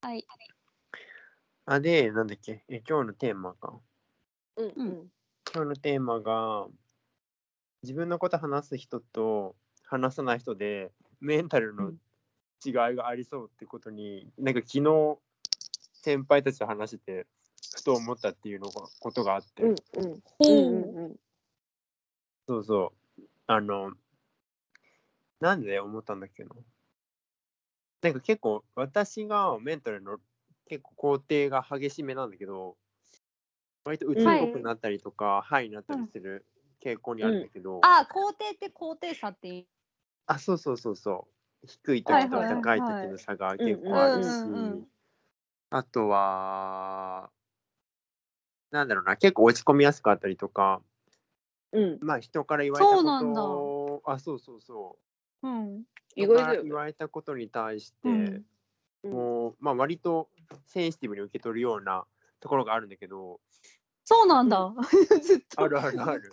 はい。 で、なんだっけ、今日のテーマか。 うんうん。 今日のテーマが、自分のこと話す人と話さない人で、メンタルの違いがありそうってことに、なんか昨日、先輩たちと話して、ふと思ったっていうことがあって。そうそう。なんで思ったんだっけな。なんか結構、私がメンタルの結構肯定が激しめなんだけど、割と内っぽくなったりとか、はいになったりする傾向にあるんだけど。 肯定って高低差っていい。 そうそうそうそう。低い時と高い時の差が結構あるし、あとは、なんだろうな、結構落ち込みやすかったりとか、まあ人から言われたこと、そうそうそう。人から言われたことに対して、もう、まあ割とセンシティブに受け取るようなところがあるんだけど。 そうなんだ。ずっと。 あるあるある。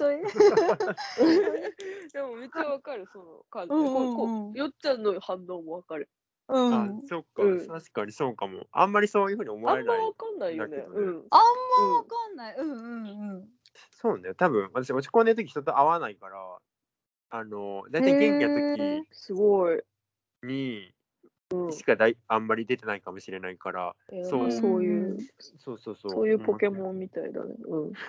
でもめっちゃわかる、その感じ。よっちゃんの反応もわかる。 そっか、確かにそうかも。あんまりそういうふうに思われない。 あんまわかんないよね。 あんまわかんない。 そうだよ。多分私落ち込んでる時人と会わないから、だいたい元気な時すごいにしかあんまり出てないかもしれないから、 そういうポケモンみたいだね。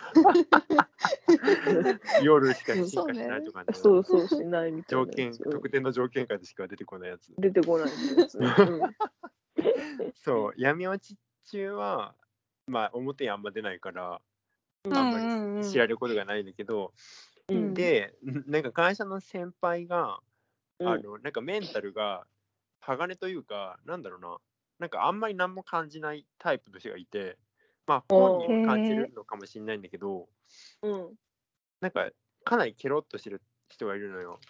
夜しか進化しないとかね。 そうしないみたいな。 特定の条件下でしか出てこないやつ。 出てこないやつ。 そう、闇落ち中は、まあ表にあんま出ないから、あんまり知られることがないんだけど、で、なんか会社の先輩が、なんかメンタルが鋼というか、なんだろうな、なんかあんまり何も感じないタイプの人がいて、まあ本人は感じるのかもしれないんだけど、なんかかなりケロッとしてる人がいるのよ。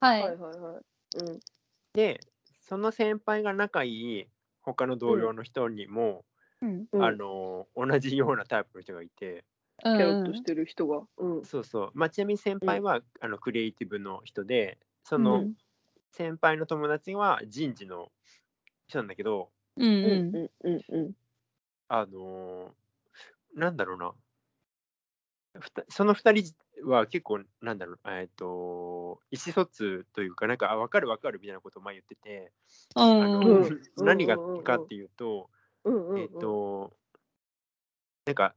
で、その先輩が仲いい他の同僚の人にも、同じようなタイプの人がいて、 ケロッとしてる人が。 そうそう。まあ、ちなみに先輩は、クリエイティブの人で、その先輩の友達は人事の人なんだけど、なんだろうな。その2人は結構、なんだろう、意思疎通というか、なんか、分かる分かるみたいなことを前言ってて、何がかっていうと、なんか、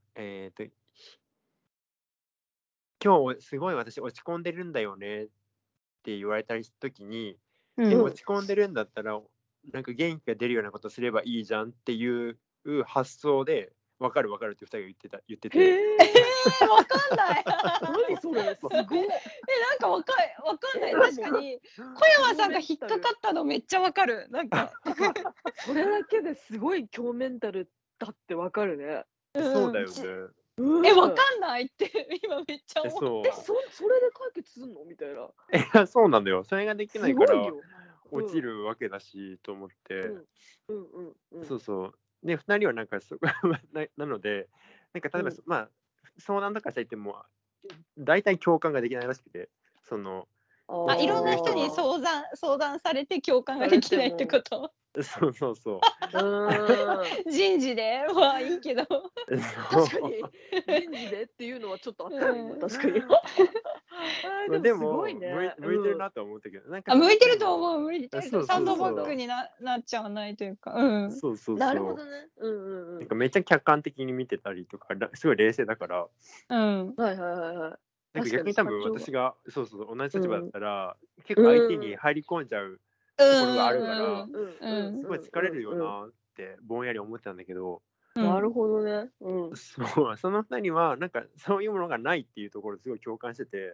今日すごい私落ち込んでるんだよねって言われた時に、落ち込んでるんだったら、なんか元気が出るようなことすればいいじゃんっていう発想で、分かる分かるって2人が言ってて。 わかんない。 何それ、すごい。 なんかわかんない。確かに小山さんが引っかかったのめっちゃわかる。なんかそれだけですごい強メンタルだってわかるね。 そうだよね。わかんないって今めっちゃ思って。それで解決すんのみたいな。そうなんだよ。それができないから落ちるわけだしと思って。そうそう。で2人はなんかなので、なんか例えば、まあ相談とかしていても大体共感ができないらしくて、そのいろんな人に相談されて共感ができないってこと。 そうそうそう。 人事ではいいけど。 確かに人事でっていうのはちょっとあったね。確かに。 でも向いてるなと思ったけど、なんか向いてると思う。向いてる。サンドバッグになっちゃわないというか。 そうそうそう。 なるほどね。 なんかめっちゃ客観的に見てたりとか、すごい冷静だから。 はい。 なんか逆に多分私が同じ立場だったら、結構相手に入り込んじゃうところがあるから、すごい疲れるよなってぼんやり思ってたんだけど。 なるほどね。 その2人はなんかそういうものがないっていうところすごい共感してて、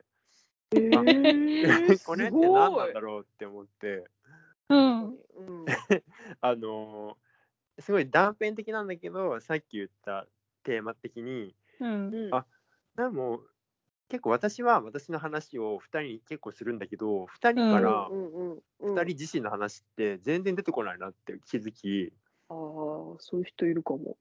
これって何なんだろうって思って、すごい断片的なんだけど、さっき言ったテーマ的に、でも結構私は私の話を2人に結構するんだけど、2人から2人自身の話って全然出てこないなって気づき、 そういう人いるかも。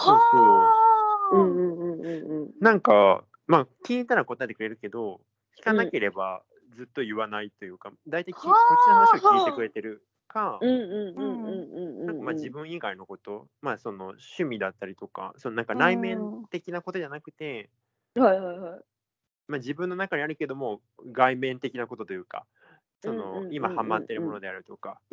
なんかまあ聞いたら答えてくれるけど、聞かなければずっと言わないというか、大体こっちの話を聞いてくれてるか、なんかまあ自分以外のこと、まあその趣味だったりとか、そのなんか内面的なことじゃなくて、 はいはいはい。 まあ自分の中にあるけども外面的なことというか、その今ハマってるものであるとか、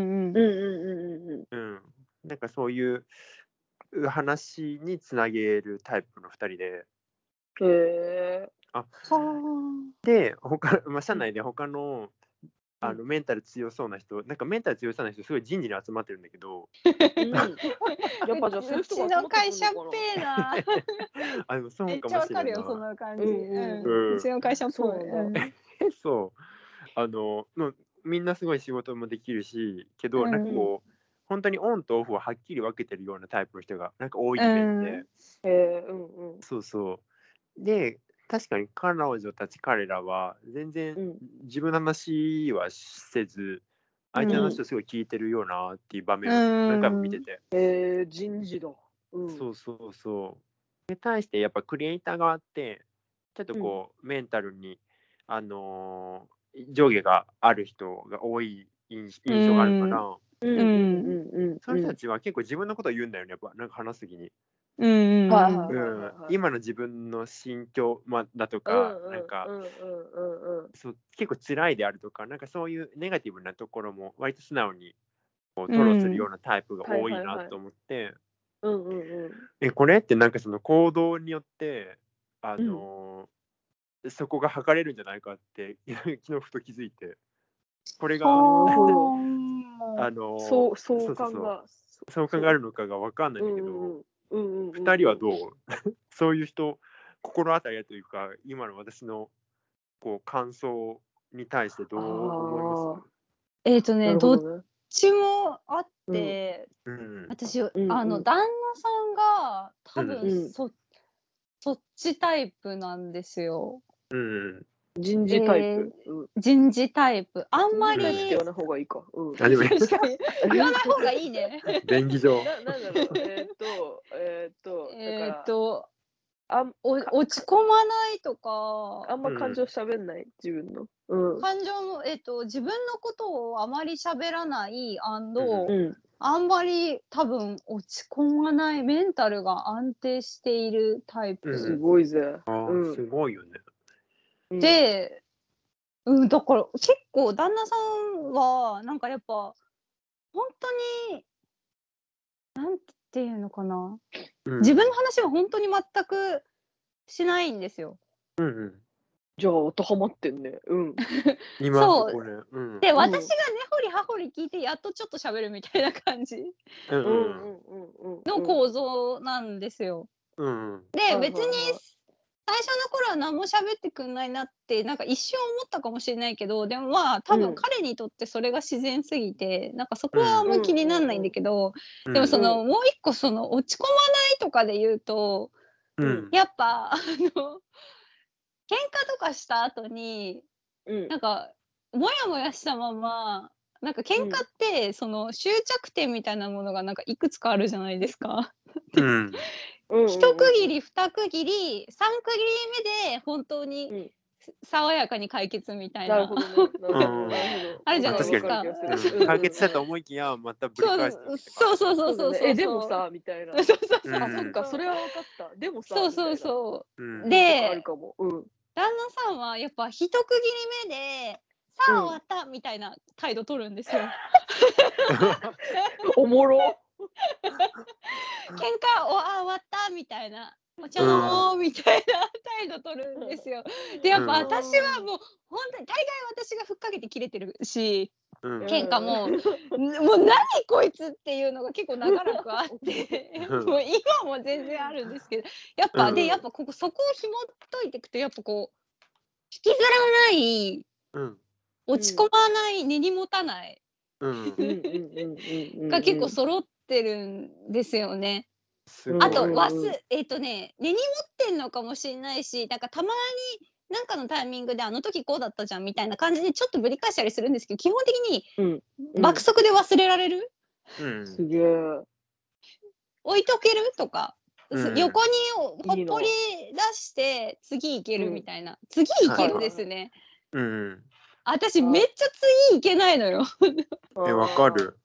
なんかそういう話につなげるタイプの2人で、 へえ。 でまあ、社内で他のメンタル強そうな人、なんかメンタル強そうな人すごい人事に集まってるんだけど、 やっぱじゃあそういう人が集まってくるのかな。 うちの会社っぺーな。 でもそうめっかちゃわかるよ、 もしれんな。 その感じ。うちの会社っぽい。 そうみんなすごい仕事もできるしけど、なんかこう本当にオンとオフをはっきり分けてるようなタイプの人がなんか多いイメージで、そうそうで確かに彼女たち彼らは全然自分の話はせず、相手の話をすごい聞いてるようなっていう場面を何回も見てて、 人事だ。 そうそうそう。に対してやっぱクリエイター側ってちょっとこう、メンタルに上下がある人が多い印象があるから、そういう人たちは結構自分のことを言うんだよね、やっぱなんか話すときに。今の自分の心境、だとか、なんか結構辛いであるとか、なんかそういうネガティブなところも割と素直にこう吐露するようなタイプが多いなと思って、これってなんかその行動によってそこが測れるんじゃないかって昨日ふと気づいて、これが相関があるのかが分かんないんだけど、2人はどうそういう人心当たりというか今の私のこう感想に対してどう思います？ どっちもあって、私旦那さんが多分そっちタイプなんですよ。 人事タイプ。 人事タイプ。あんまり言わない方がいいか。 確かに言わない方がいいね。 便宜上。 なんだろう。だから落ち込まないとか。 あんま感情喋んない自分の。 感情も自分のことをあまり喋らないあんまり多分落ち込まない、メンタルが安定しているタイプ。 すごいぜ。 すごいよね。 で、だから結構旦那さんはなんかやっぱ本当になんていうのかな、自分の話は本当に全くしないんですよ。 じゃあ当てはまってんね。 そう。で、私が根掘り葉掘り聞いてやっとちょっと喋るみたいな感じの構造なんですよ。で、別に最初の頃は何も喋ってくんないなってなんか一瞬思ったかもしれないけど、でも多分彼にとってそれが自然すぎて、なんかそこはあんま気になんないんだけど、でもそのもう一個その落ち込まないとかで言うと、やっぱ喧嘩とかした後になんかモヤモヤしたままなんか喧嘩ってその終着点みたいなものがなんかいくつかあるじゃないですか。一区切り二区切り三区切り目で本当に爽やかに解決みたいな。あるじゃないですか。 解決したと思いきやまたぶり返す。 そうでもさみたいな。そっかそれは分かった。でもさ。 で旦那さんはやっぱ一区切り目でさあ終わったみたいな態度取るんですよ。 おもろ。 喧嘩終わったみたいな。お茶飲もうみたいな態度取るんですよ。でやっぱ私はもう本当に大概私がふっかけて切れてるし、喧嘩もう何こいつっていうのが結構長らくあってもう今も全然あるんですけど、やっぱそこを紐解いていくとやっぱこう引きずらない、落ち込まない、根に持たないが結構揃ってるんですよね。あと根に持ってんのかもしれないし、なんかたまになんかのタイミングであの時こうだったじゃんみたいな感じでちょっとぶり返したりするんですけど、基本的に爆速で忘れられる。 すげえ。 置いとけるとか、横にほっぽり出して次行けるみたいな。次行けるですね。 私めっちゃ次行けないのよ。 わかる。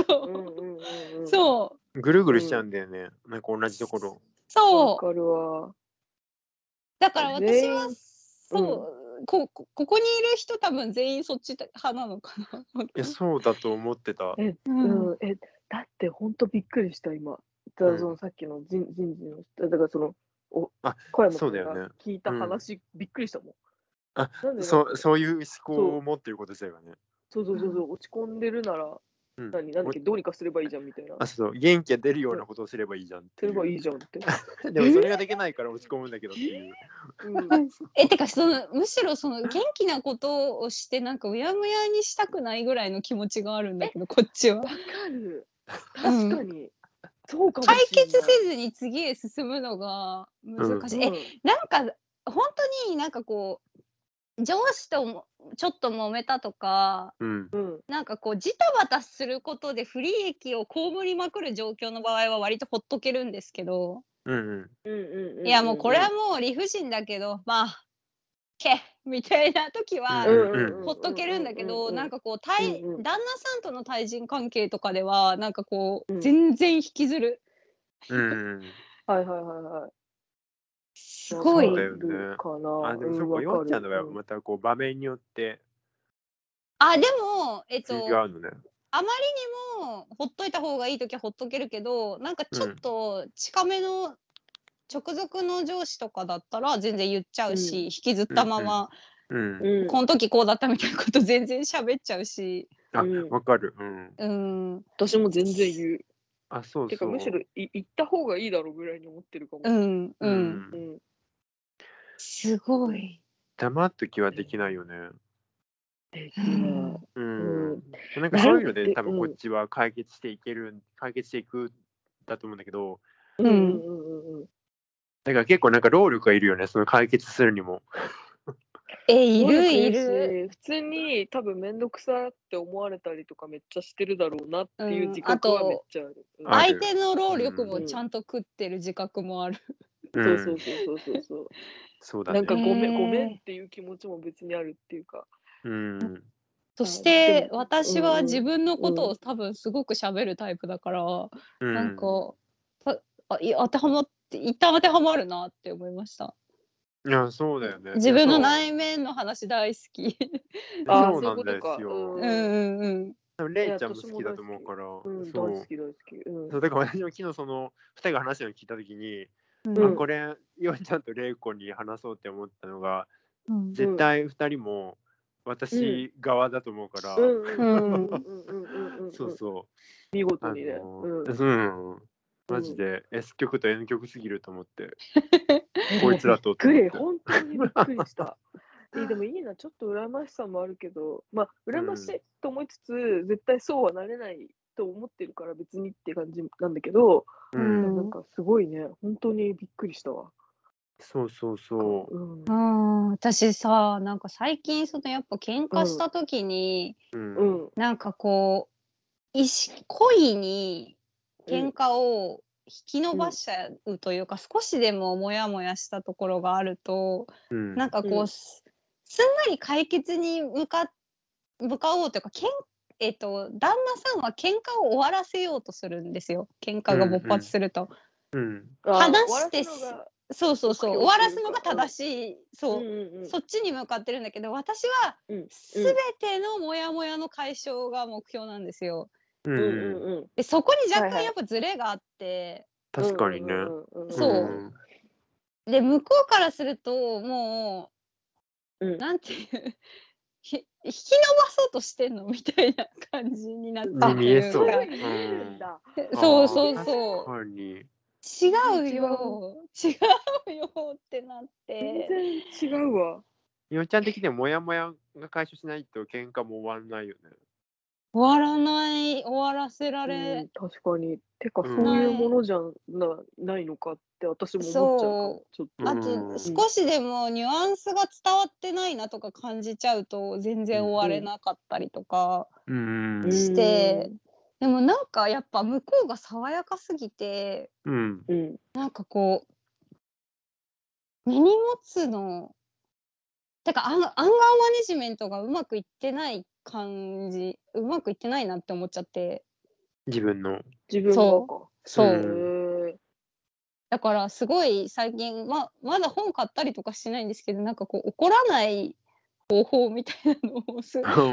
そう。 ぐるぐるしちゃうんだよね。なんか同じところ。 そう。 わかるわ。 だから私はここにいる人多分全員そっち派なのかな。 そうだと思ってた。 だって本当びっくりした今。そのさっきの人事の人だからその小山さんが聞いた話、びっくりしたもん。 そういう思考を持ってることだよね。 そう落ち込んでるならなんだっけどうにかすればいいじゃんみたいな。 元気が出るようなことをすればいいじゃん。 すればいいじゃんって。 でもそれができないから落ち込むんだけどっていう。 てかむしろ元気なことをしてなんかうやむやにしたくないぐらいの気持ちがあるんだけどこっちは。 わかる。確かに。そうかもしれない。 解決せずに次へ進むのが難しい。なんか本当になんかこう上司とちょっと揉めたとか、なんかこうジタバタすることで不利益を被りまくる状況の場合は割とほっとけるんですけど、いやもうこれはもう理不尽だけどまあみたいな時はほっとけるんだけど、なんかこう旦那さんとの対人関係とかではなんかこう全然引きずる。 はい。 すごい。 そうだよね。でもそこよっちゃんのはまたこう場面によって。 でも違うのね。 あまりにもほっといた方がいい時はほっとけるけど、なんかちょっと近めの直属の上司とかだったら全然言っちゃうし、引きずったまま、この時こうだったみたいなこと全然喋っちゃうし。 わかる。 私も全然言う。 そうてかむしろ言った方がいいだろうぐらいに思ってるかも。 すごい。 黙っときはできないよね。 できない。 なんかそういうので多分こっちは解決していくだと思うんだけど。だから結構なんか労力がいるよね、その解決するにも。 いる。 普通に多分めんどくさって思われたりとかめっちゃしてるだろうなっていう自覚はめっちゃある。 相手の労力もちゃんと食ってる自覚もある。 そうだね。なんかごめんっていう気持ちも別にあるっていうか。 そして私は自分のことを多分すごく喋るタイプだから、なんか当てはまって一旦当てはまるなって思いました。 いやそうだよね。 自分の内面の話大好き。 そうなんですよ。レイちゃんも好きだと思うから。 大好き。 だから私も昨日2人が話を聞いたときに、これヨンちゃんとレイコに話そうって思ったのが、絶対2人も私側だと思うから。 見事にね。 マジで S 曲と N 曲すぎると思って。こいつらと本当にびっくりした。でもいいな、ちょっと羨ましさもあるけど、羨ましいと思いつつ、絶対そうはなれないと思ってるから別にって感じなんだけど、なんかすごいね、本当にびっくりしたわ。 私さ、なんか最近やっぱ喧嘩した時に、なんかこう故意に喧嘩を引き伸ばしちゃうというか、少しでもモヤモヤしたところがあると、なんかこうすんなり解決に向かおうというか、旦那さんは喧嘩を終わらせようとするんですよ。喧嘩が勃発すると。話して終わらすのが正しい。そっちに向かってるんだけど、私は全てのモヤモヤの解消が目標なんですよ。でそこに若干やっぱズレがあって、 確かにね。 で向こうからするともう、なんていう引き伸ばそうとしてんのみたいな感じになってる。 見えそう。 そう。違うよってなって。 全然違うわ。 よっちゃん的にはモヤモヤが解消しないと喧嘩も終わらないよね。 終わらせられ。 確かに。てかそういうものじゃないのかって私も思っちゃうかも。 あと少しでもニュアンスが伝わってないなとか感じちゃうと全然終われなかったりとかして、でもなんかやっぱ向こうが爽やかすぎて、なんかこう根に持つのだからアンガーマネジメントがうまくいってない感じ、うまくいってないなって思っちゃって。 自分がか。そう。 へだからすごい最近、まだ本買ったりとかしてないんですけど、なんかこう怒らない方法みたいなのを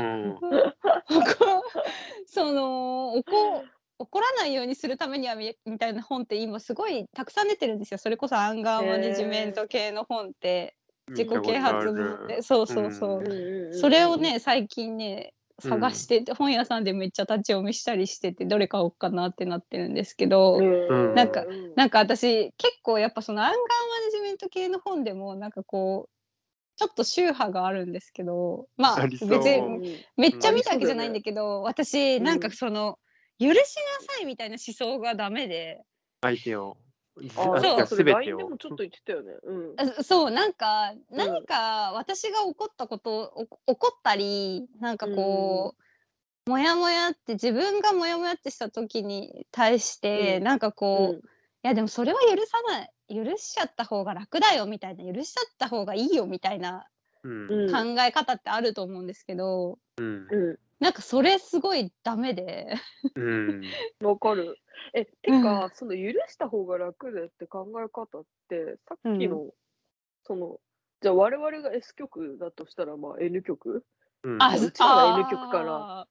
怒らないようにするためにはみたいな本って今すごいたくさん出てるんですよ。それこそアンガーマネジメント系の本って自己啓発本で、そう。それをね、最近ね、探してて、本屋さんでめっちゃ立ち読みしたりしてて、どれ買おうかなってなってるんですけど、なんか私結構やっぱそのアンガーマネジメント系の本でもなんかこうちょっと宗派があるんですけど、別にめっちゃ見たわけじゃないんだけど、私なんかその許しなさいみたいな思想がダメで。 相手を。 そう、それ LINE でもちょっと言ってたよね。 そう、なんか何か私が怒ったり、なんかこう、モヤモヤって自分がモヤモヤってした時に対して、なんかこう、いやでもそれは許しちゃった方が楽だよみたいな、許しちゃった方がいいよみたいな考え方ってあると思うんですけど、なんかそれすごいダメで。 わかる。てか、その許した方が楽だって考え方って、さっきの、じゃあ我々が S 極だとしたら、N 極、うちらが N 極から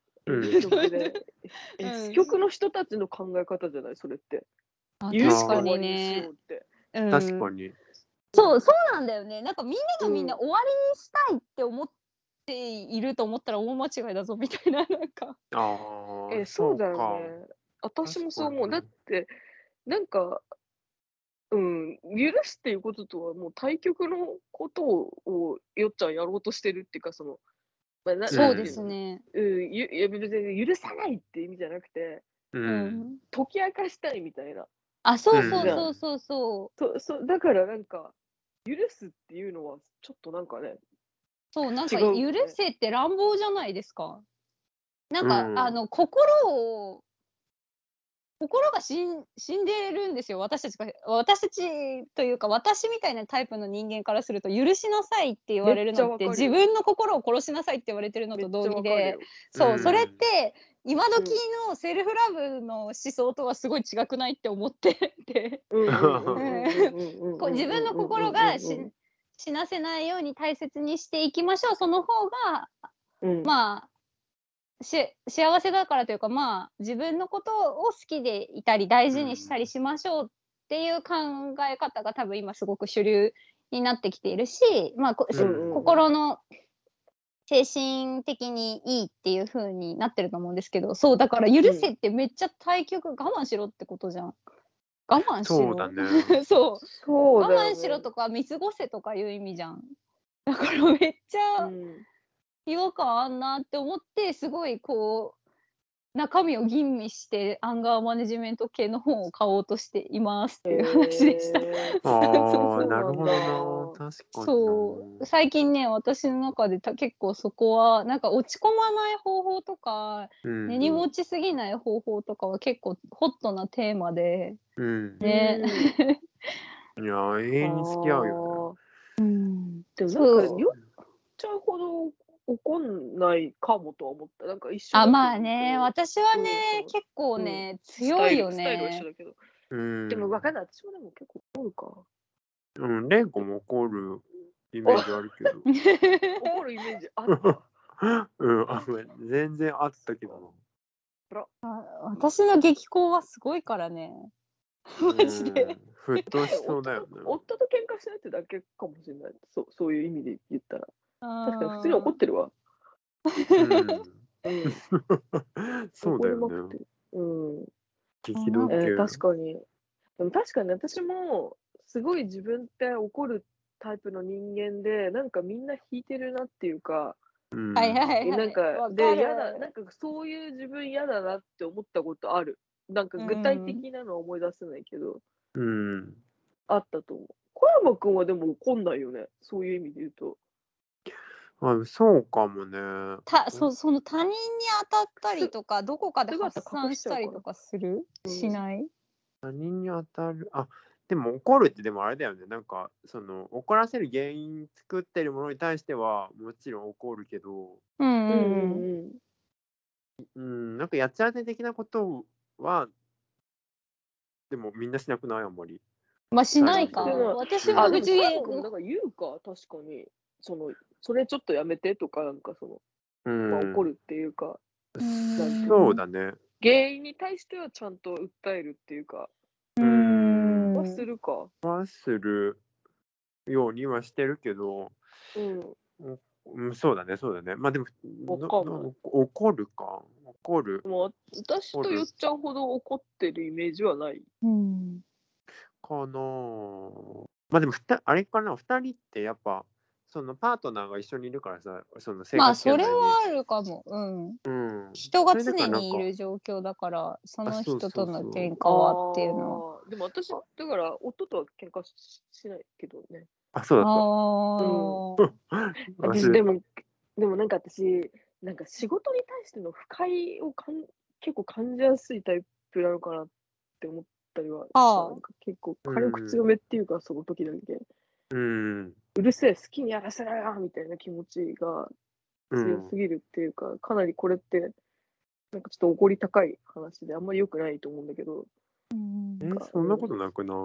N 極で、S 極の人たちの考え方じゃない、それって。許して終わりにしようって。 確かに。 そうなんだよね。なんかみんながみんな終わりにしたいって思っていると思ったら大間違いだぞみたいな、なんか。 そうだよね。私もそう思う。だって、なんか、許すっていうこととはもう対極のことをよっちゃんやろうとしてるっていうか、 そうですね。 いや別に許さないって意味じゃなくて、解き明かしたいみたいな。 そう。 だからなんか、許すっていうのはちょっとなんかね、 そう、なんか許せって乱暴じゃないですか。なんか、心が死んでるんですよ。私たちというか、私みたいなタイプの人間からすると、許しなさいって言われるのって、自分の心を殺しなさいって言われてるのと同義で、そう、それって今時のセルフラブの思想とはすごい違くないって思ってて、自分の心が死なせないように大切にしていきましょう。その方が、幸せだからというか、自分のことを好きでいたり大事にしたりしましょうっていう考え方が多分今すごく主流になってきているし、心の精神的にいいっていう風になってると思うんですけど、そう、だから許せってめっちゃ対極、我慢しろってことじゃん。我慢しろ。 そうだね。 そう。我慢しろとか見過ごせとかいう意味じゃん。だからめっちゃ違和感あんなって思って、すごいこう中身を吟味してアンガーマネジメント系の本を買おうとしていますっていう話でした。 なるほどな。確かに。 そう。最近ね、私の中で結構そこはなんか落ち込まない方法とか、根に持ちすぎない方法とかは結構ホットなテーマで、ね。 いや、永遠に付き合うよね。でもなんかよっちゃうほど怒んないかもとは思った。なんか一緒だと思うね、私はね、結構ね、強いよね。 スタイルは一緒だけど。でも分かんない。私もでも結構怒るか。 レンコも怒るイメージあるけど。 怒るイメージあった。 全然あったけど。 私の激高はすごいからね。マジで。 沸騰しそうだよね。 夫と喧嘩しないってだけかもしれない。そういう意味で言ったら。確かに普通に怒ってるわ。 そうだよね。激動系。 確かに。でも確かに私もすごい自分って怒るタイプの人間で、なんかみんな引いてるなっていうか、なんかで嫌だ、なんかそういう自分嫌だなって思ったことある。なんか具体的なのは思い出せないけど、あったと思う。小山くんはでも怒んないよね。そういう意味で言うと。 そうかもね。 その他人に当たったりとか、どこかで発散したりとかする？しない？ 他人に当たる。 でも怒るってでもあれだよね。なんかその怒らせる原因作ってるものに対してはもちろん怒るけど、なんかやっちゃう的なことはでもみんなしなくないあんまり。 まあしないか。私は別に。 なんか言うか、確かに。それちょっとやめてとか、なんかまあ、怒るっていうか。 そうだね。 原因に対してはちゃんと訴えるっていうか。はするか。 はするようにはしてるけど、そうだね、そうだね。まあでも、怒るか。怒る。 私とよっちゃんほど怒ってるイメージはない。 かな。まあでも、あれかな、2人ってやっぱ、そのパートナーが一緒にいるからさ、その生活まあそれはあるかも。人が常にいる状況だから、その人との喧嘩はっていうのは。 でも私、だから夫とは喧嘩しないけどね。 そうだった。 私でもなんか私、なんか仕事に対しての不快を結構感じやすいタイプなのかなって思ったりはなんか結構火力強めっていうか、その時だけ。うるせえ、好きにやらせろよみたいな気持ちが強すぎるっていうか、かなりこれって、なんかちょっと怒り高い話であんまり良くないと思うんだけど。 そんなことなくない？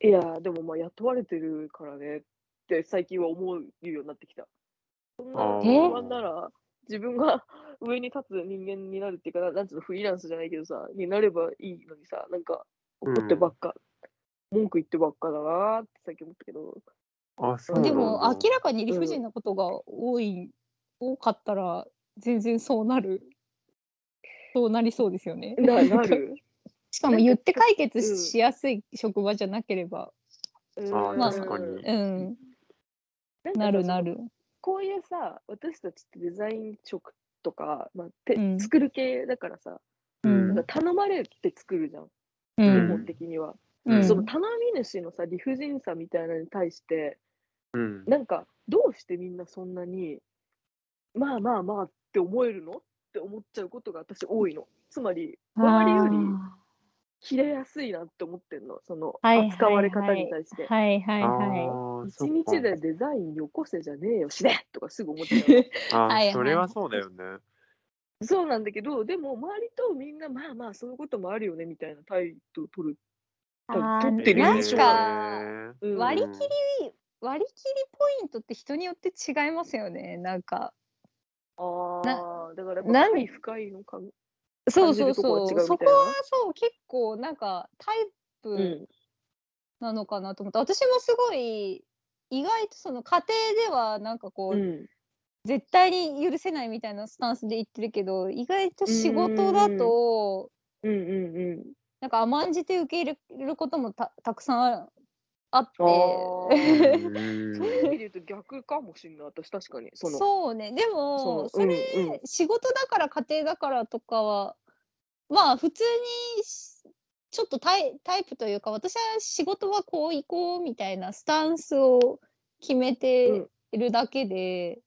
いや、でもまあ雇われてるからねって最近は思うようになってきた。そんな不安なら自分が上に立つ人間になるっていうか、なんつうの、フリーランスじゃないけどさ、になればいいのにさ、なんか怒ってばっか、文句言ってばっかだなって最近思ったけど。 でも明らかに理不尽なことが多かったら全然そうなりそうですよね。 なるしかも言って解決しやすい職場じゃなければ、 まあ確かに。 なる。 こういうさ、私たちってデザイン職とか、まあ、作る系だからさ、なんか頼まれて作るじゃん、基本的には。その頼み主のさ、理不尽さみたいなのに対して、なんか、どうしてみんなそんなに、まあまあまあって思えるのって思っちゃうことが私多いの。つまり、周りより切れやすいなって思ってんの。その扱われ方に対して。一日でデザインよこせじゃねえよ、死ねとかすぐ思っちゃう。 それはそうだよね。 そうなんだけど、でも周りとみんなまあまあそういうこともあるよねみたいな態度を取ってる印象が、割り切りポイントって人によって違いますよね、なんか。 だから深い深いのか。 そう、そこはそう結構なんかタイプなのかなと思って、私もすごい意外とその家庭ではなんかこう、絶対に許せないみたいなスタンスで言ってるけど、意外と仕事だとなんか甘んじて受け入れることもたくさんあって、 そういう意味で言うと逆かもしれない、私確かに。 そうね、でもそれ仕事だから家庭だからとかはまあ普通にちょっとタイプというか、私は仕事はこう行こうみたいなスタンスを決めてるだけで、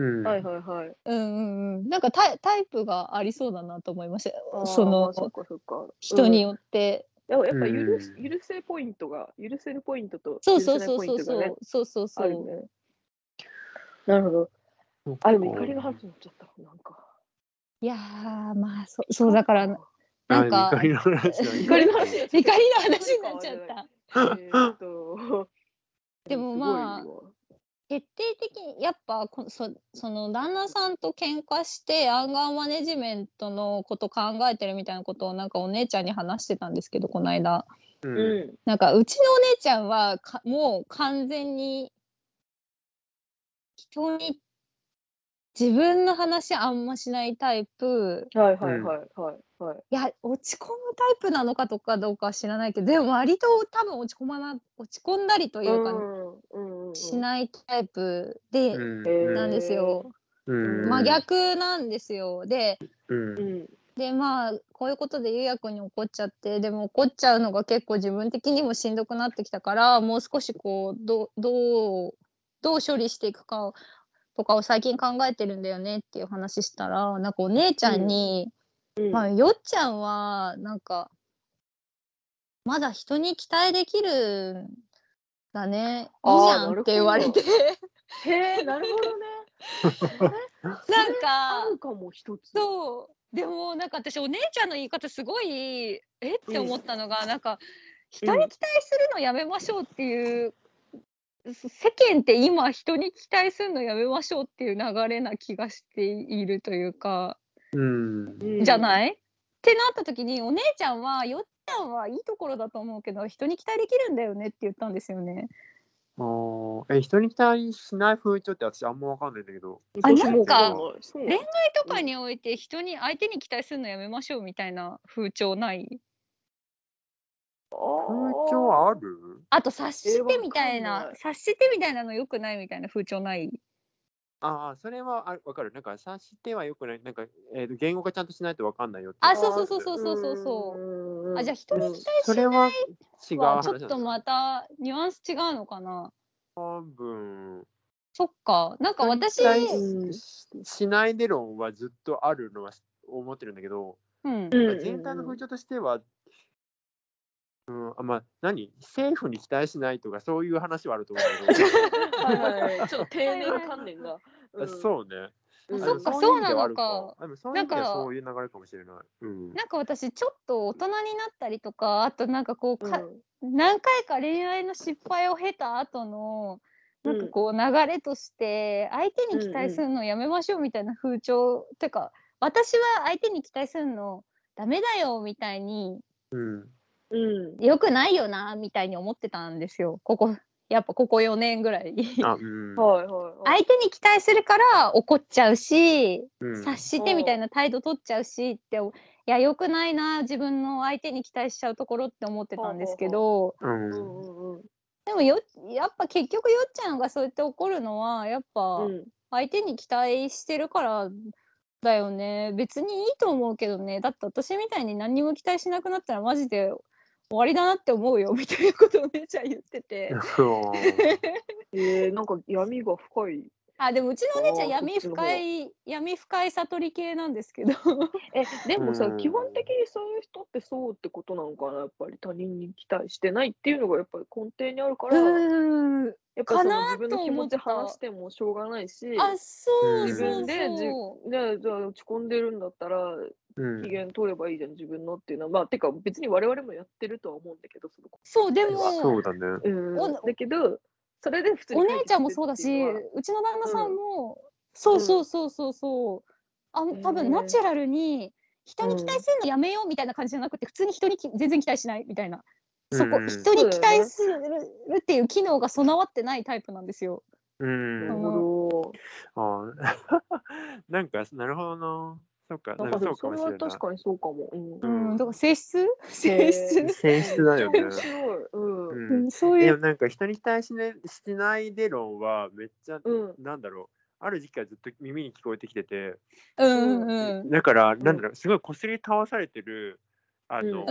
なんかタイプがありそうだなと思いました。その人によって。 やっぱ許せるポイントと許せないポイントがね、あるね。なるほど。でも怒りの話になっちゃった。なんか。 いやまあそうだから。なんか怒りの話になっちゃった。でもまあ徹底的にやっぱその旦那さんと喧嘩してアンガーマネジメントのこと考えてるみたいなことをなんかお姉ちゃんに話してたんですけど、この間。なんかうちのお姉ちゃんはもう完全に人に自分の話あんましないタイプ。いや、落ち込むタイプなのかとかどうかは知らないけど、でも割と多分落ち込んだりというか、しないタイプで、なんですよ。真逆なんですよ。で、まあこういうことでゆうやくんに怒っちゃって、でも怒っちゃうのが結構自分的にもしんどくなってきたから、もう少しこうどう処理していくかとかを最近考えてるんだよねっていう話したら、なんかお姉ちゃんに、まあよっちゃんはなんかまだ人に期待できるんだね。いいじゃんって言われて。 へえ、なるほどね。 なんか、 あるかも一つ。 そう。でもなんか私お姉ちゃんの言い方すごいって思ったのが、なんか人に期待するのやめましょうっていう、世間って今人に期待するのやめましょうっていう流れな気がしているというか、じゃない？ってなった時にお姉ちゃんはよっちゃんはいいところだと思うけど人に期待できるんだよねって言ったんですよね。 人に期待しない風潮って私あんま分かんないんだけど。 なんか恋愛とかにおいて相手に期待するのやめましょうみたいな風潮ない？ 風潮ある？ あと察してみたいなの良くないみたいな風潮ない？ それは分かる。なんか察しては良くない。なんか、言語化ちゃんとしないと分かんないよって。 そう。じゃあ人に期待しないはちょっとまたニュアンス違うのかな。 多分。 そっか。なんか私しないで論はずっとあるのは思ってるんだけど、全体の風潮としては、政府に期待しないとかそういう話はあると思うんだけど。 ちょっと定年観念が。 そうね。 そっか、そうなのか。 なんかそういう流れかもしれない。 なんか私ちょっと大人になったりとか、あとなんかこう何回か恋愛の失敗を経た後のなんかこう流れとして相手に期待するのやめましょうみたいな風潮ってか、私は相手に期待するのダメだよみたいに、よくないよなみたいに思ってたんですよ。やっぱここ4年ぐらい。相手に期待するから怒っちゃうし、察してみたいな態度取っちゃうしって、いや良くないな自分の相手に期待しちゃうところって思ってたんですけど、でもやっぱ結局よっちゃんがそうやって怒るのはやっぱ相手に期待してるからだよね。別にいいと思うけどね。だって私みたいに何にも期待しなくなったらマジで終わりだなって思うよみたいなことをお姉ちゃん言ってて。 なんか闇が深い。 でもうちのお姉ちゃん闇深い悟り系なんですけど。 でもさ、基本的にそういう人ってそうってことなのかな。やっぱり他人に期待してないっていうのがやっぱり根底にあるから、やっぱその自分の気持ち話してもしょうがないし、自分でじゃあ落ち込んでるんだったら機嫌取ればいいじゃん自分のっていうのは、てか別に我々もやってるとは思うんだけど、 そうでもそうだね。 だけどそれで普通にお姉ちゃんもそうだし、うちの旦那さんもそう多分ナチュラルに人に期待するのやめようみたいな感じじゃなくて、普通に人に全然期待しないみたいな、人に期待するっていう機能が備わってないタイプなんですよ。 なんかなるほどな。そうか、なんかそうかもしれない。確かにそうかも。 だから性質だよね。 そういう。 なんか人に期待しないで論はめっちゃ、なんだろう。ある時期からずっと耳に聞こえてきてて。だから、なんだろう、すごいこすり倒されてる、思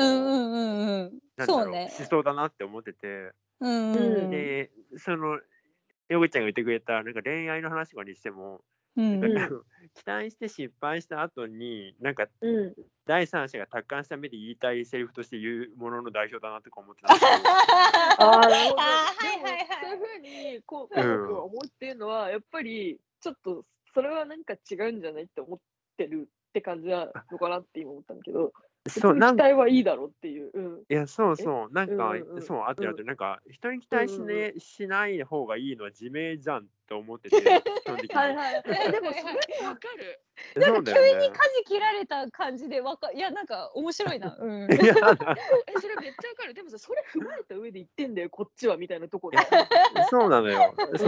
想だなって思ってて。で、ヨグちゃんが言ってくれたなんか恋愛の話とかにしても、期待して失敗した後になんか、第三者が達観した目で言いたいセリフとして言うものの代表だなとか思ってたんですけど。 なるほど。そういうふうにこう思ってるのはやっぱりちょっとそれはなんか違うんじゃないって思ってるって感じなのかなって今思ったんだけど。期待はいいだろうっていう。 いや、そうそう。なんか、そう、あってる。なんか、人に期待しない方がいいのは自明じゃんと思ってて、基本的に。 でも、それわかる。 なんか急に舵切られた感じでいや、なんか面白いな。 それめっちゃわかる。でもさ、それ踏まえた上で言ってんだよ、こっちはみたいなところ。 そうなのよ。そう。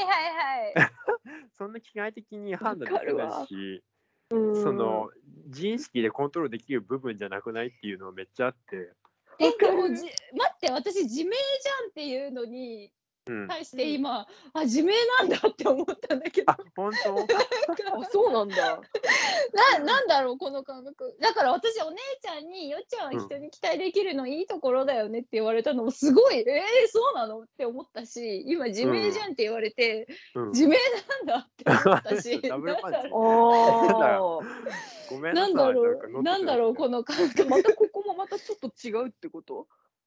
そんな機械的に判断できないし。その自意識でコントロールできる部分じゃなくないっていうのはめっちゃあって。 でも待って私自明じゃんっていうのに対して今、自明なんだって思ったんだけど。 本当？ そうなんだ。 なんだろうこの感覚。だから私お姉ちゃんによっちゃんは人に期待できるのいいところだよねって言われたのもすごいそうなのって思ったし、今自明じゃんって言われて、自明なんだって思ったし。 ダブルパンチ。ごめんなさい。 なんだろうこの感覚。 またここもまたちょっと違うってこと？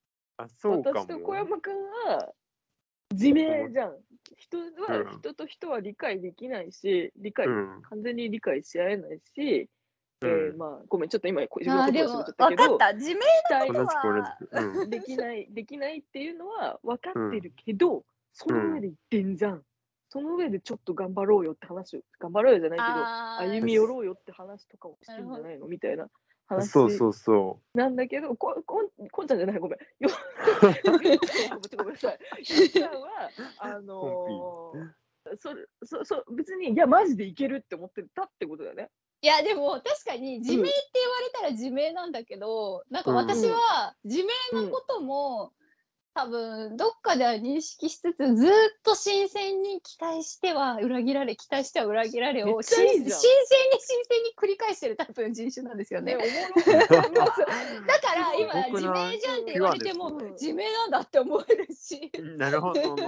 そうかも。 私と小山くんは自明じゃん。人と人は理解できないし、完全に理解し合えないし、まあ、ごめん、ちょっと今、自分のことを喋っちゃったけど、 分かった、自明なことはできないっていうのは分かってるけど、その上で言ってんじゃん。その上でちょっと頑張ろうよって話、頑張ろうよじゃないけど、歩み寄ろうよって話とかをしてんじゃないのみたいな話なんだけど、こんちゃんじゃない、ごめん。ごめんなさい。よっちゃんは、別に、いや、マジでいけるって思ってたってことだよね。 いや、でも確かに自明って言われたら自明なんだけど、なんか私は自明なことも、多分どっかでは認識しつつ、ずっと新鮮に期待しては裏切られ、期待しては裏切られを新鮮に繰り返してるタイプの人種なんですよね。だから今自明じゃんって言われても自明なんだって思えるし。 なるほどね。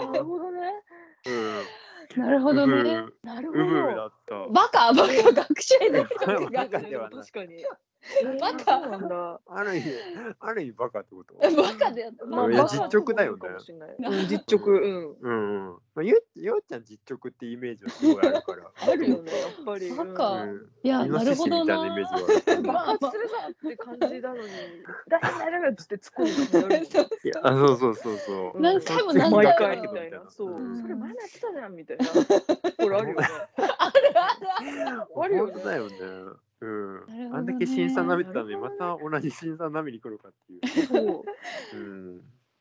なるほどね。 なるほど。 だった。 バカ学者です。 バカではない。 確かに。 バカなんだ。ある意味バカってこと。 バカだよ。 まあ実直だよね。 実直。 まあよっちゃん実直ってイメージはすごいあるから。 あるよね、やっぱり。 バカ。いや、なるほどな。 爆発するぞって感じなのに、大変なるっつって突っ込んでたのに。そう。 何回も毎回みたいな。そう。それ前やってたじゃんみたいな。これあるよね。 あるよね。 だよね。あんだけ辛酸舐めてたのに、また同じ辛酸舐めに来るかっていう。そう。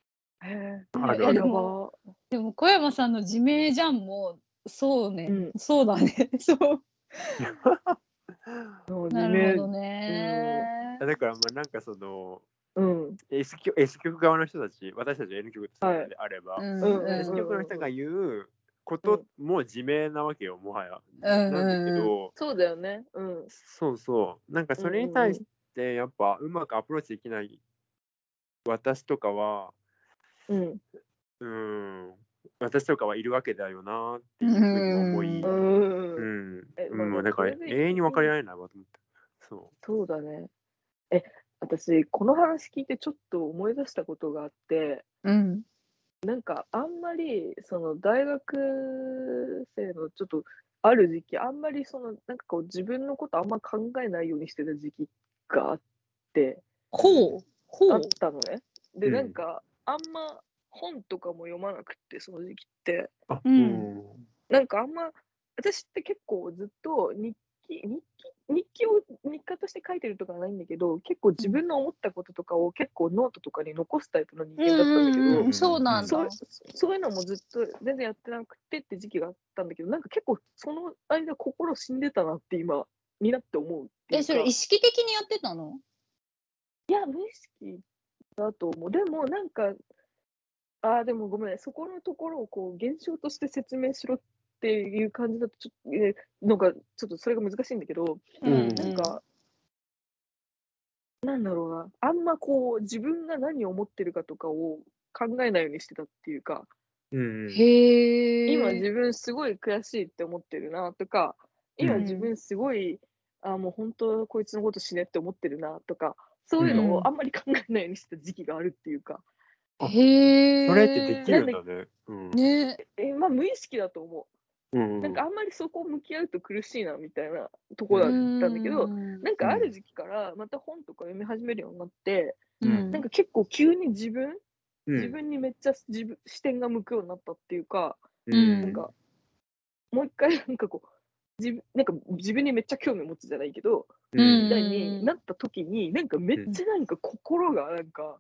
でも小山さんの自明じゃんもそうね、そうだね。そう。なるほどね。 だからまあなんかそのS 極側の人たち、私たち N 極であれば、S 極の人が言うことも自明なわけよ、もはや。なんだけど、 そうだよね。 そう。なんかそれに対してやっぱうまくアプローチできない私とかは、私とかはいるわけだよなっていうふうに思い、だから永遠に分かり合えないわと思って。 そうだね。私、この話聞いてちょっと思い出したことがあって、なんかあんまりその大学生のちょっとある時期、あんまりそのなんかこう自分のことあんま考えないようにしてた時期があって、あったのね。で、なんかあんま本とかも読まなくて、その時期って。なんかあんま、私って結構ずっと日課として書いてるとかはないんだけど、結構自分の思ったこととかを結構ノートとかに残すタイプの人間だったんだけど、 そうなんだ。 そういうのもずっと全然やってなくてって時期があったんだけど、なんか結構その間心死んでたなって今になって思うっていうか。 それ意識的にやってたの？ いや、無意識だと思う。でもなんか、でもごめん、そこのところをこう現象として説明しろっていう感じだとちょっと、なんかちょっとそれが難しいんだけど、なんか、なんだろうな、あんまこう自分が何を思ってるかとかを考えないようにしてたっていうか、今自分すごい悔しいって思ってるなとか、今自分すごい、もう本当こいつのこと死ねって思ってるなとか、そういうのをあんまり考えないようにしてた時期があるっていうか。 それってできるんだね。 まあ無意識だと思う。なんかあんまりそこを向き合うと苦しいなみたいなところだったんだけど、なんかある時期からまた本とか読み始めるようになって、なんか結構急に自分にめっちゃ視点が向くようになったっていうか、なんかもう一回なんかこうなんか自分にめっちゃ興味を持つじゃないけど、みたいになった時になんかめっちゃなんか心がなんか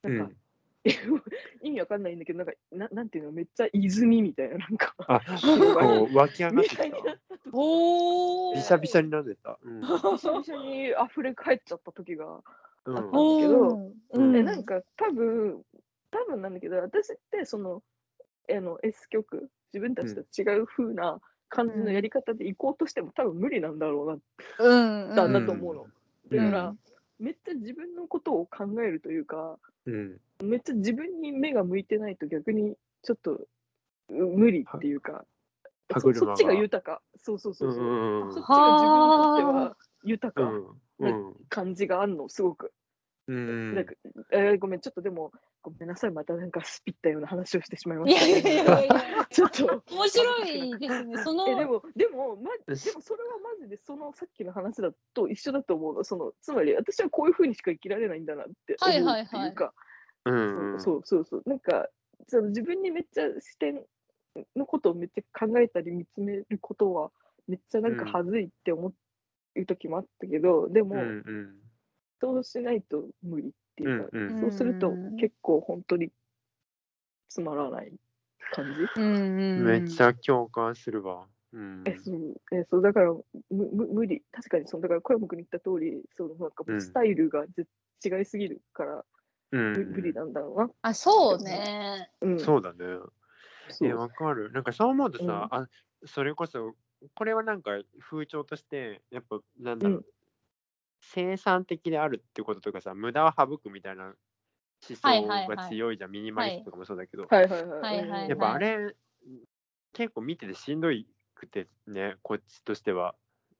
意味わかんないんだけど、なんていうの、めっちゃ泉みたいな、なんか。 湧き上がってきた。びしゃびしゃになってた。 びしゃびしゃに溢れ返っちゃった時があったんだけど、なんか多分なんだけど、私ってその、S 極、自分たちと違う風な感じのやり方で行こうとしても多分無理なんだろうな、だと思うの。だから、めっちゃ自分のことを考えるというか、めっちゃ自分に目が向いてないと逆にちょっと無理っていうか、そっちが豊か。そう。そっちが自分にとっては豊かな感じがあるの、すごく。なんかごめん、ちょっとでも、 ごめんなさい、またなんかスピったような話をしてしまいましたね。ちょっと面白いですね。そのでもそれはマジでそのさっきの話だと一緒だと思うの。つまり私はこういう風にしか生きられないんだなって思うっていうか、そうなんか自分にめっちゃ視点のことをめっちゃ考えたり見つめることはめっちゃなんか恥ずいって思う時もあったけど、でも、そうしないと無理っていうか、そうすると結構本当につまらない感じ。 めっちゃ共感するわ。 そうだから無理。確かにだから小山君に言った通り、なんかもうスタイルが違いすぎるから、無理なんだろうな。 あ、そうね。 そうだね。わかる。なんかそう思うとさ、それこそこれはなんか風潮としてやっぱなんだろう、生産的であるってこととかさ、無駄を省くみたいな思想が強いじゃん。ミニマリストとかもそうだけど、やっぱあれ結構見ててしんどくてね、こっちとしては。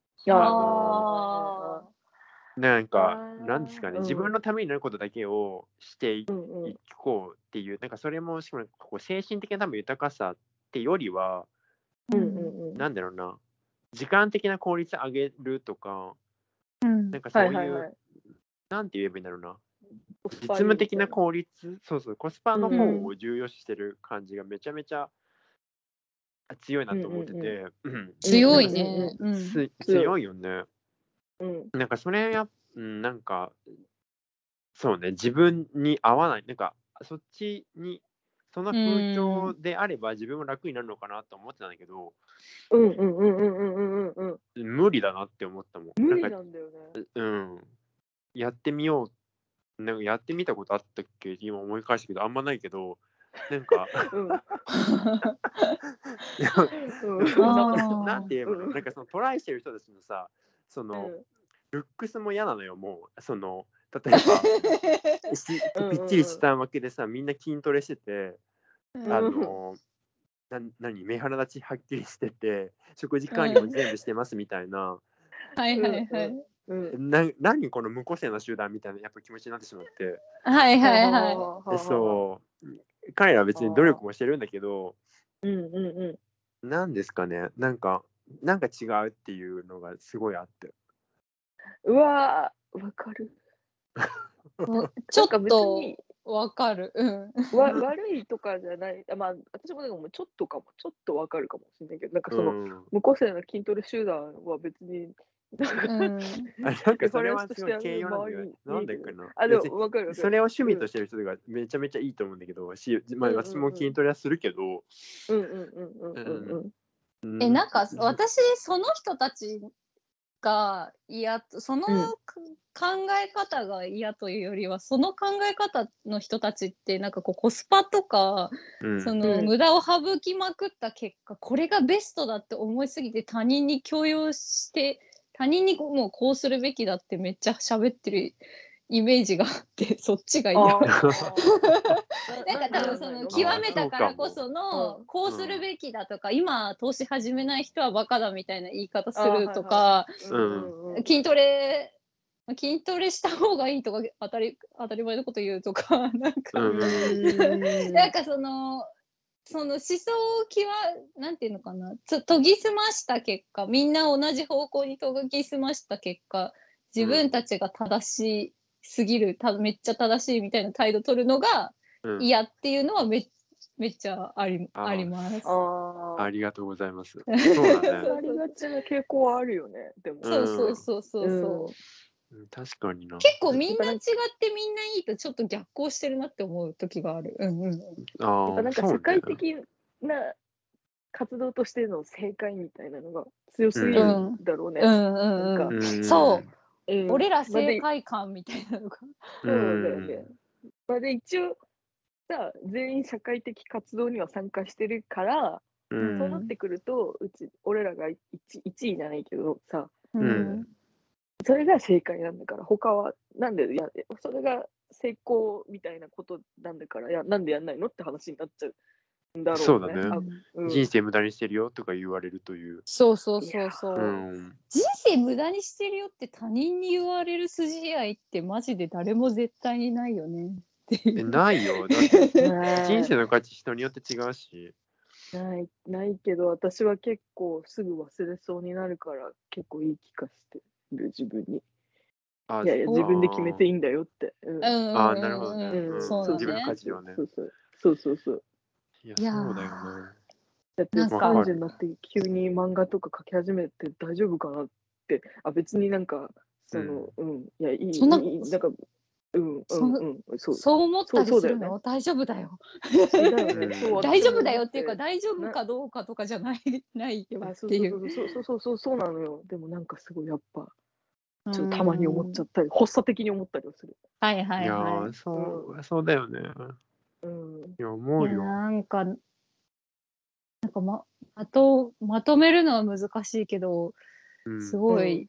なんかなんですかね、自分のためになることだけをしていこうっていう、なんかそれもしかもこう精神的な多分豊かさってよりは、なんだろうな、時間的な効率上げるとか、なんかそういう、なんて言えばいいんだろうな、実務的な効率、コスパの方を重要視してる感じがめちゃめちゃ強いなと思ってて、 強いね。 強いよね。なんかそれなんかそうね、自分に合わない、なんかそっちにその風潮であれば自分も楽になるのかなと思ってたんだけど、無理だなって思ったもん。 無理なんだよね。 やってみよう。なんかやってみたことあったっけ今思い返したけどあんまないけど、なんかなんて言えばいいの、なんかそのトライしてる人たちのさ、ルックスも嫌なのよ。もう例えばぴっちりしたわけでさ、みんな筋トレしてて、目鼻立ちはっきりしてて、食事管理も全部してますみたいな。何この無個性な集団みたいなやっぱ気持ちになってしまって。そう。彼らは別に努力もしてるんだけど、なんですかね、なんか違うっていうのがすごいあって。 うわー、わかる。 ちょっとわかる。 悪いとかじゃない。まあ、私もちょっとわかるかもしれないけど、なんか無個性な筋トレ集団は別に、 なんかそれはすごい形容なんだよ。なんでかな。 わかる。 それを趣味としてる人がめちゃめちゃいいと思うんだけど、私も筋トレはするけど。 なんか私その人たちが嫌、その考え方が嫌というよりは、その考え方の人たちってなんかこうコスパとか、無駄を省きまくった結果、これがベストだって思いすぎて他人に強要して、他人にもうこうするべきだってめっちゃ喋ってるイメージがあって、そっちが嫌。なんか多分極めたからこそのこうするべきだとか、今投資始めない人はバカだみたいな言い方するとか、筋トレした方がいいとか当たり前のこと言うとか、なんかなんかその思想をなんていうのかな、研ぎ澄ました結果、みんな同じ方向に研ぎ澄ました結果、自分たちが正しすぎる、めっちゃ正しいみたいな態度取るのが嫌っていうのはめっちゃあります。 ありがとうございます。そうだね。ありがちな傾向はあるよね。でも。 そう。 確かにな。 結構みんな違ってみんないいとちょっと逆行してるなって思う時がある。 なんか社会的な活動としての正解みたいなのが強すぎるんだろうね。 そう。俺ら正解感みたいなのが。 そうだよね。で一応さ、全員社会的活動には参加してるから、そうなってくると俺らが1位じゃないけどさ、それが正解なんだから、他はなんでそれが成功みたいなことなんだから、なんでやんないのって話になっちゃうんだろうね。 そうだね。人生無駄にしてるよとか言われるという。 そう。人生無駄にしてるよって他人に言われる筋合いってマジで誰も絶対にないよねっっていう。 ないよ。だって人生の価値人によって違うし。 ないけど、私は結構すぐ忘れそうになるから結構言い聞かせてる自分に。いやいや、自分で決めていいんだよって。 なるほどね。自分の価値をね。 そう。 いや、そうだよね。 だって30になって急に漫画とか書き始めて大丈夫かなって、別になんか、いや、いい、なんか、 そう思ったりするの大丈夫だよ。大丈夫だよっていうか、大丈夫かどうかとかじゃないよっていう。 そうなのよ。でもなんかすごいやっぱ、ちょっとたまに思っちゃったり、発作的に思ったりはする。 はいはいはい。 いや、そうだよね。いや、思うよ。 なんかまとめるのは難しいけど、すごい、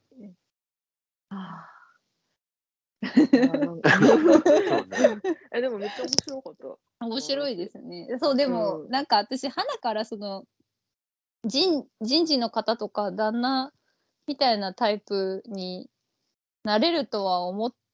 でもめっちゃ面白かった。 面白いですね。そう、でも、なんか私、花からその、人事の方とか旦那みたいなタイプになれるとは思って、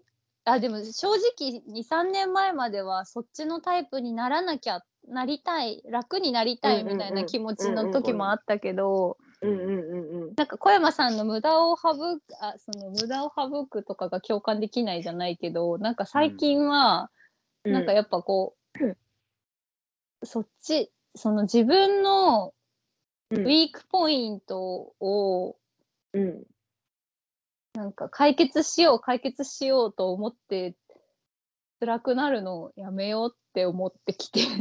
でも正直2、3年前まではそっちのタイプにならなきゃなりたい、楽になりたいみたいな気持ちの時もあったけど、なんか小山さんの無駄を省くとかが共感できないじゃないけど、なんか最近は、なんかやっぱこう、その自分のウィークポイントを、なんか解決しようと思って辛くなるのをやめようって思ってきて。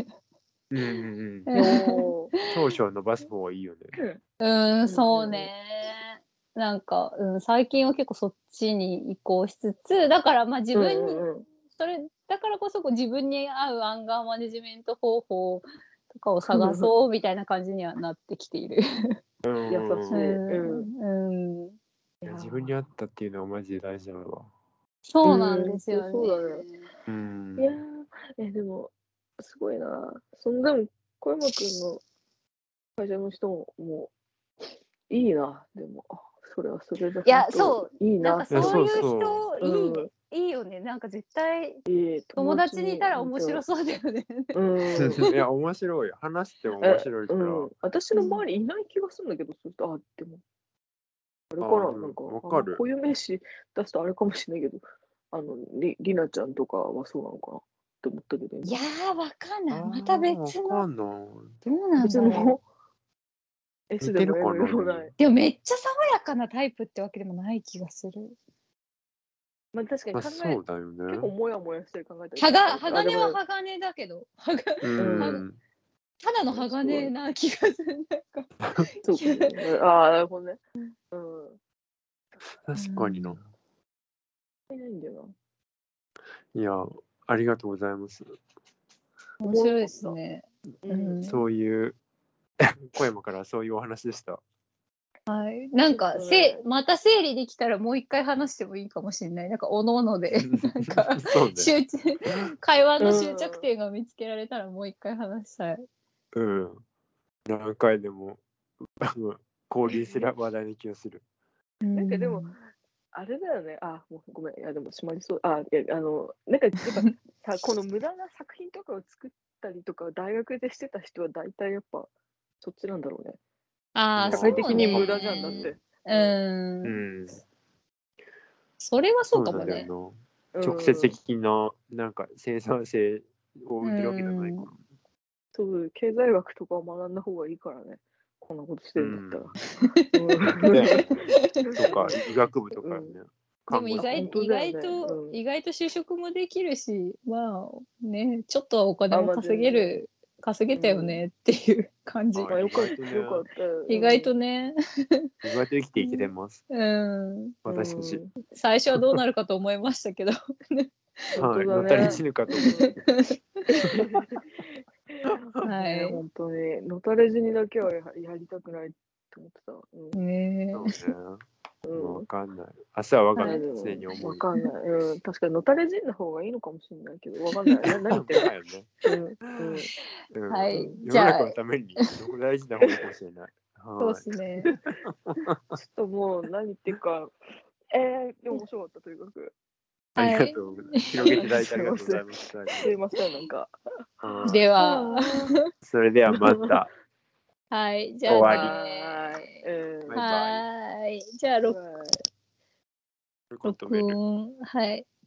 長所を伸ばす方がいいよね。そうね。なんか、最近は結構そっちに移行しつつ、だからまあ自分に、だからこそ自分に合うアンガーマネジメント方法とかを探そうみたいな感じにはなってきている。 優しい。 自分に合ったっていうのはマジで大事だわ。 そうなんですよね。 そうだね。いや、でも、すごいな。でも、小山くんの会社の人もいいな。でも、それはそれだけ。 いや、そう。 いいな。 なんかそういう人、いいよね。なんか絶対、友達にいたら面白そうだよね。 いや、面白い。話しても面白いから。 私の周りいない気がするんだけど、そうすると、でも。あれかな、なんか、こういう名詞出すとあれかもしれないけど、りなちゃんとかはそうなのかなって思ったけど。 いやー、わかんない。また別の。どうなんだろう。S でも M でもない。 でもめっちゃ爽やかなタイプってわけでもない気がする。 まあ確かにそうだよね。 結構モヤモヤして考えたり。 鋼は鋼だけど。ただの鋼な気がする。 そうなるほどね。 確かにな。 いないんだよな。いや、ありがとうございます。 面白いですね。 そういう小山からそういうお話でした。 はい。なんかまた整理できたらもう一回話してもいいかもしれない。なんかおのおのでなんか会話の終着点が見つけられたらもう一回話したい。 何回でも交流する話題の気がする。 なんかでもあれだよね。もうごめん。いやでも閉まりそう。なんかやっぱさこの無駄な作品とかを作ったりとか大学でしてた人は大体やっぱそっちなんだろうね。社会的に無駄じゃんだって。 それはそうかもね。 直接的ななんか生産性を売ってるわけじゃないから。 そう経済学とかを学んだ方がいいからね。こんなことしてるんだったら。とか医学部とかね。 でも意外と就職もできるし、まあね、ちょっとはお金も稼げたよねっていう感じ。 よかった。 意外とね。 意外と生きていけてます。私たち。 最初はどうなるかと思いましたけど。 のたれ死ぬかと思った。はい。本当に。のたれ死にだけはやりたくないと思ってた。 ねわかんない。明日はわかんない。常に思う。 わかんない。確かにのたれ死んだ方がいいのかもしれないけど、わかんない。何言ってるのはい。 世の中のために大事な方がいいかもしれない。 そうですね。 ちょっともう何言ってるか。でも面白かったというか。 ありがとう。広げていただいてありがとうございました。 すいません、なんか。 では。 それではまた。 はい、じゃあ終わり。 はい。じゃあ、録音。はい。